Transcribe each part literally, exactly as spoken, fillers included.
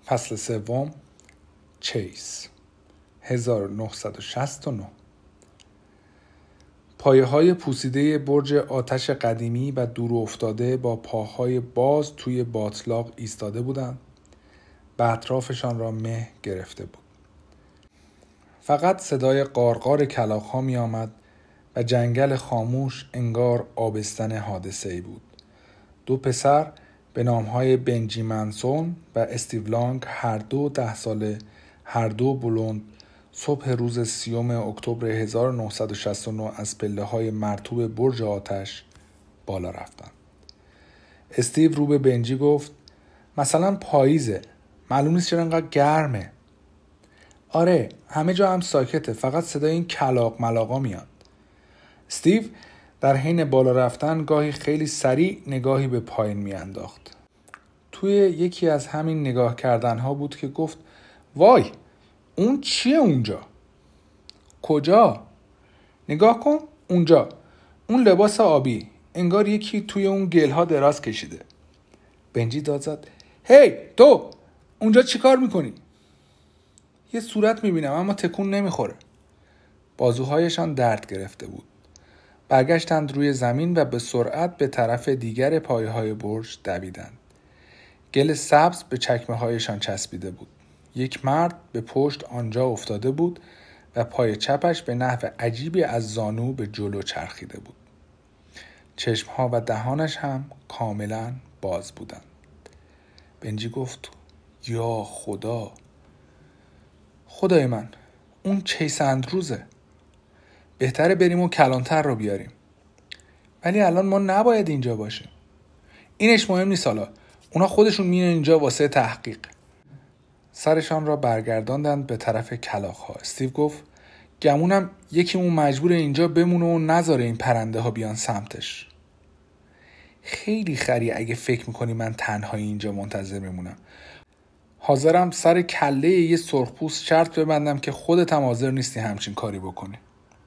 فصل سوم، چیس، هزار و نهصد و شصت و نه. پایه های پوسیده برج آتش قدیمی و دور افتاده با پاهای باز توی باتلاق ایستاده بودند و اطرافشان را مه گرفته بود. فقط صدای قارقار کلاغ‌ها می آمد و جنگل خاموش انگار آبستن حادثه‌ای بود. دو پسر به نامهای بنجی منسون و استیو لانگ، هر دو ده ساله، هر دو بلوند، صبح روز سیوم اکتبر هزار و نهصد و شصت و نه از پله‌های مرطوب برج آتش بالا رفتند. استیو رو به بنجی گفت: مثلا پاییزه، معلوم نیست چرا انقدر گرمه. آره، همه جا هم ساکته، فقط صدای این کلاغ ملاغا میاد. استیو در حین بالا رفتن گاهی خیلی سریع نگاهی به پایین میانداخت. توی یکی از همین نگاه کردنها بود که گفت: وای، اون چیه اونجا؟ کجا؟ نگاه کن اونجا، اون لباس آبی، انگار یکی توی اون گلها دراز کشیده. بنجی داد زد: هی تو اونجا چی کار میکنی؟ یه صورت میبینم اما تکون نمیخوره. بازوهایشان درد گرفته بود. برگشتند روی زمین و به سرعت به طرف دیگر پایه های برج دویدند. گل سبز به چکمه هایشان چسبیده بود. یک مرد به پشت آنجا افتاده بود و پای چپش به نحو عجیبی از زانو به جلو چرخیده بود. چشمها و دهانش هم کاملا باز بودند. بنجی گفت: یا خدا، خدای من، اون چیس اندروزه. بهتره بریم و کلانتر رو بیاریم. ولی الان ما نباید اینجا باشیم. اینش مهم نیست، حالا اونا خودشون میان اینجا واسه تحقیق. سرشان را برگرداندند به طرف کلاغ‌ها. استیو گفت: گمونم یکیمون مجبور اینجا بمونه و نذاره این پرنده ها بیان سمتش. خیلی خری اگه فکر میکنی من تنهایی اینجا منتظر میمونم. حاضرم سر کله یه سرخپوست شرط ببندم که خودت هم حاضر نیستی همچین کاری بکنی.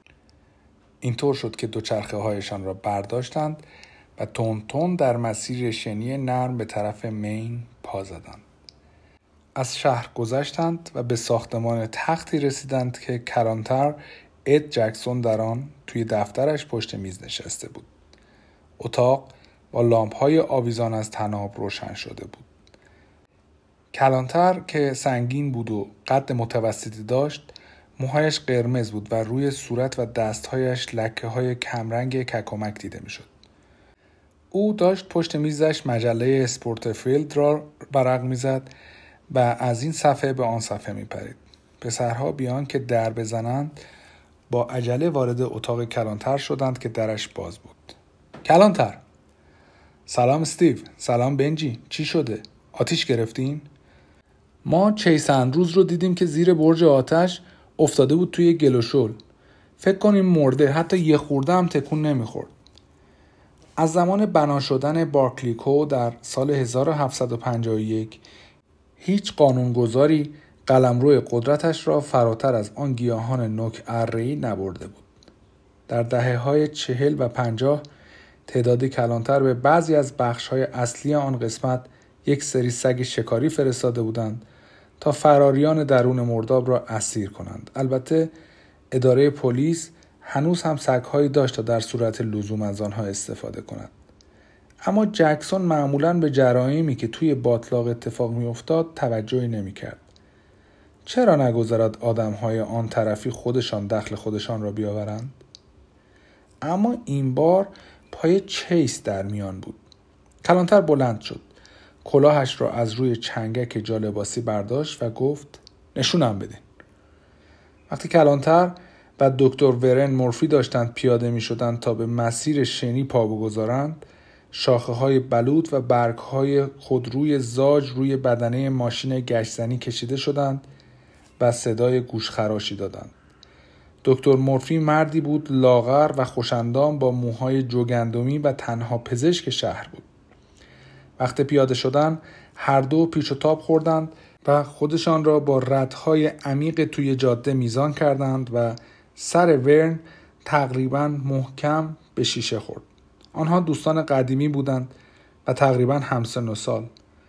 اینطور شد که دوچرخه هایشان را برداشتند و تون تون در مسیر شنی نرم به طرف مین پا زدند. از شهر گذشتند و به ساختمان تختی رسیدند که کلانتر اد جکسون در آن توی دفترش پشت میز نشسته بود. اتاق با لامپ‌های آویزان از طناب روشن شده بود. کلانتر که سنگین بود و قد متوسطی داشت، موهایش قرمز بود و روی صورت و دستهایش لکه‌های کمرنگ ککمک دیده میشد. او داشت پشت میزش مجله اسپورتفیلد را ورق میزد و از این صفحه به آن صفحه میپرید. پسرها بیان که در بزنند با عجله وارد اتاق کلانتر شدند که درش باز بود. کلانتر: سلام استیو. سلام بنجی. چی شده؟ آتیش گرفتین؟ ما چیس اندروز رو دیدیم که زیر برج آتش افتاده بود توی گل و شل. فکر کنیم مرده، حتی یه خورده هم تکون نمیخورد. از زمان بنا شدن بارکلیکو در سال هزار و هفتصد و پنجاه و یک هیچ قانونگذاری قلمرو قدرتش را فراتر از آن گیاهان نوک اره‌ای نبرده بود. در دهه‌های چهل و پنجاه تعداد کلانتر به بعضی از بخش‌های اصلی آن قسمت یک سری سگ شکاری فرستاده بودند تا فراریان درون مرداب را اسیر کنند. البته اداره پلیس هنوز هم سگ‌هایی داشت تا در صورت لزوم از آنها استفاده کند. اما جکسون معمولاً به جرایمی که توی باتلاق اتفاق می‌افتاد توجهی نمی‌کرد. چرا نگذارد آدم‌های آن طرفی خودشان دخل خودشان را بیاورند؟ اما این بار پای چیس در میان بود. کلانتر بلند شد. کلاهش را از روی چنگک جالباسی برداشت و گفت: نشونم بدین. وقتی کلانتر و دکتر ورن مورفی داشتند پیاده می شدند تا به مسیر شنی پا بگذارند، شاخه های بلوط و برگ های خودروی زاج روی بدنه ماشین گشتزنی کشیده شدند و صدای گوشخراشی دادند. دکتر مورفی مردی بود لاغر و خوشندام با موهای جوگندمی و تنها پزشک شهر بود. وقتی پیاده شدن هر دو پیچ و تاب خوردند و خودشان را با ردهای عمیق توی جاده میزان کردند و سر ورن تقریباً محکم به شیشه خورد. آنها دوستان قدیمی بودند و تقریباً همسن و سال.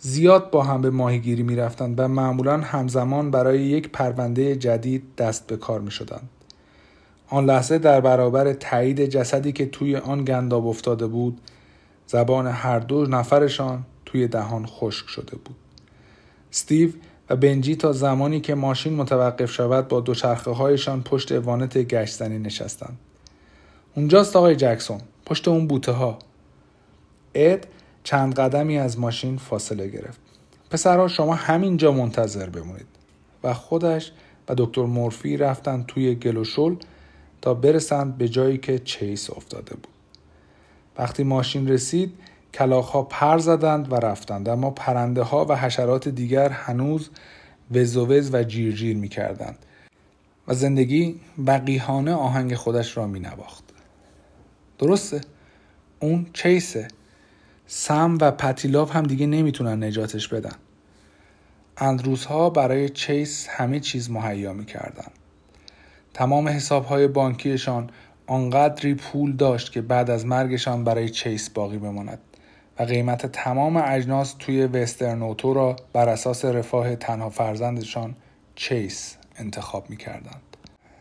زیاد با هم به ماهیگیری می رفتند و معمولاً همزمان برای یک پرونده جدید دست به کار می شدند. آن لحظه در برابر تایید جسدی که توی آن گنداب افتاده بود، زبان هر دو نفرشان توی دهان خشک شده بود. استیو و بنجی تا زمانی که ماشین متوقف شود با دوچرخه هایشان پشت وانت گشتزنی نشستند. اونجاست آقای جکسون، پشت اون بوته ها. اد چند قدمی از ماشین فاصله گرفت. پسرها شما همینجا منتظر بمونید. و خودش و دکتر مورفی رفتند توی گل و شل تا برسند به جایی که چیس افتاده بود. وقتی ماشین رسید کلاغ‌ها پر زدند و رفتند، اما پرنده ها و حشرات دیگر هنوز وز و وز و جیر جیر می کردند و زندگی وقیحانه آهنگ خودش را می نواخت. درسته؟ اون چیسه. سم و پتیلاف هم دیگه نمیتونن نجاتش بدن. اندروس ها برای چیس همه چیز مهیا میکردن. تمام حسابهای بانکیشان آنقدری پول داشت که بعد از مرگشان برای چیس باقی بماند و قیمت تمام اجناس توی وسترن اوتو را بر اساس رفاه تنها فرزندشان چیس انتخاب میکردند.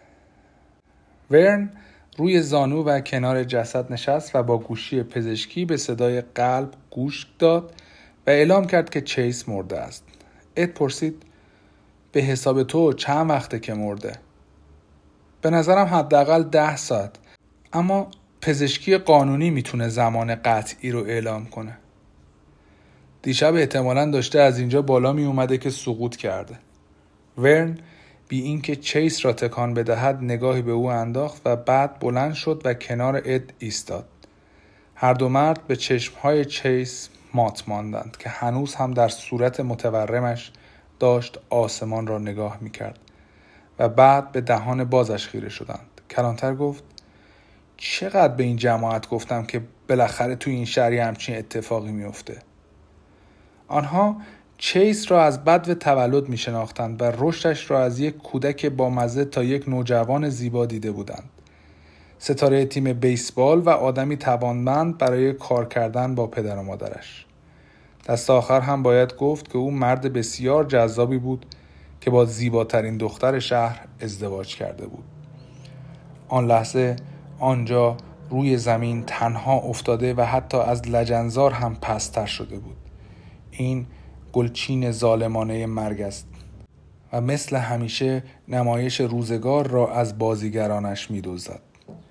ورن روی زانو و کنار جسد نشست و با گوشی پزشکی به صدای قلب گوش داد و اعلام کرد که چیس مرده است. اد پرسید به حساب تو چند وقته که مرده؟ به نظرم حداقل ده ساعت، اما پزشکی قانونی میتونه زمان قطعی رو اعلام کنه. دیشب احتمالاً داشته از اینجا بالا می اومده که سقوط کرده. ورن بی اینکه چیس را تکان بدهد نگاهی به او انداخت و بعد بلند شد و کنار اد ایستاد. هر دو مرد به چشمهای چیس مات ماندند که هنوز هم در صورت متورمش داشت آسمان را نگاه میکرد و بعد به دهان بازش خیره شدند. کلانتر گفت چقدر به این جماعت گفتم که بالاخره توی این شهر همچین اتفاقی میفته. آنها چیس را از بدو تولد می شناختند و رشدش را از یک کودک با مزه تا یک نوجوان زیبا دیده بودند. ستاره تیم بیسبال و آدمی توانمند برای کار کردن با پدر و مادرش. دست آخر هم باید گفت که او مرد بسیار جذابی بود که با زیباترین دختر شهر ازدواج کرده بود. آن لحظه آنجا روی زمین تنها افتاده و حتی از لجنزار هم پست‌تر شده بود. این گلچین ظالمانه مرگ است و مثل همیشه نمایش روزگار را از بازیگرانش می‌دزدد.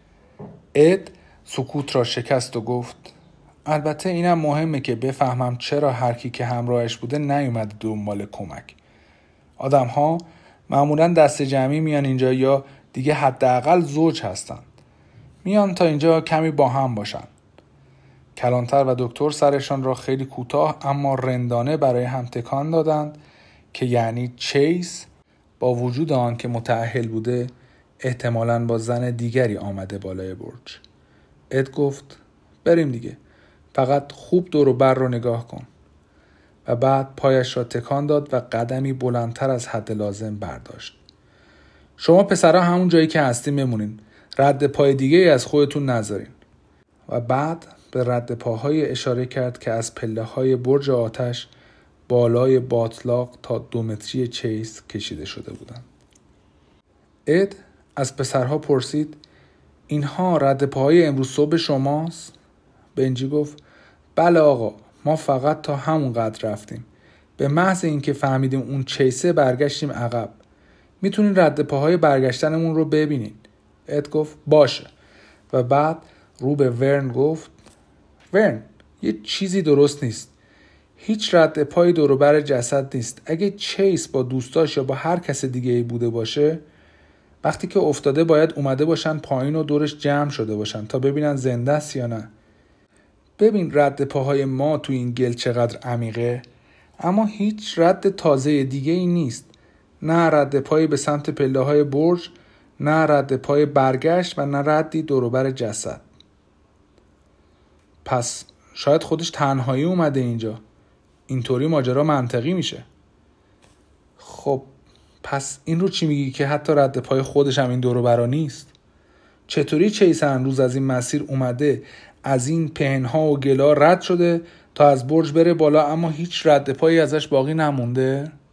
اد سکوت را شکست و گفت البته اینم مهمه که بفهمم چرا هر کی که همراهش بوده نیومد دنبال کمک. آدم ها معمولا دست جمعی میان اینجا یا دیگه حداقل زوج هستن. میان تا اینجا کمی با هم باشن. کلانتر و دکتر سرشان را خیلی کوتاه اما رندانه برای هم تکان دادند که یعنی چیس با وجود آن که متأهل بوده احتمالاً با زن دیگری آمده بالای برج. اد گفت بریم دیگه، فقط خوب دور و بر رو نگاه کن. و بعد پایش را تکان داد و قدمی بلندتر از حد لازم برداشت. شما پسرها همون جایی که هستین بمونین، رد پای دیگه از خودتون نذارین. و بعد به رد پاهای اشاره کرد که از پله های برج آتش بالای باطلاق تا دو متری چیس کشیده شده بودند. اد از پسرها پرسید اینها رد پاهای امروز صبح شماست؟ بنجی گفت بله آقا، ما فقط تا همون قدر رفتیم. به محض اینکه فهمیدیم اون چیسه برگشتیم عقب. میتونین رد پاهای برگشتنمون رو ببینین. اد گفت باشه. و بعد رو به ورن گفت ورن، یه چیزی درست نیست. هیچ رد پای دور و بر جسد نیست. اگه چیس با دوستاش یا با هر کس دیگه ای بوده باشه، وقتی که افتاده باید اومده باشن پایین و دورش جمع شده باشن تا ببینن زنده است یا نه. ببین رد پاهای ما تو این گل چقدر عمیقه، اما هیچ رد تازه دیگه ای نیست. نه رد پای به سمت پله های برج، نه رد پای برگشت و نه ردی دور و بر جسد. پس شاید خودش تنهایی اومده اینجا. اینطوری ماجرا منطقی میشه. خب پس این رو چی میگی که حتی رد پای خودش هم این دور و برا نیست؟ چطوری چیس هر روز از این مسیر اومده، از این پهنها و گلا رد شده تا از برج بره بالا، اما هیچ رد پایی ازش باقی نمونده؟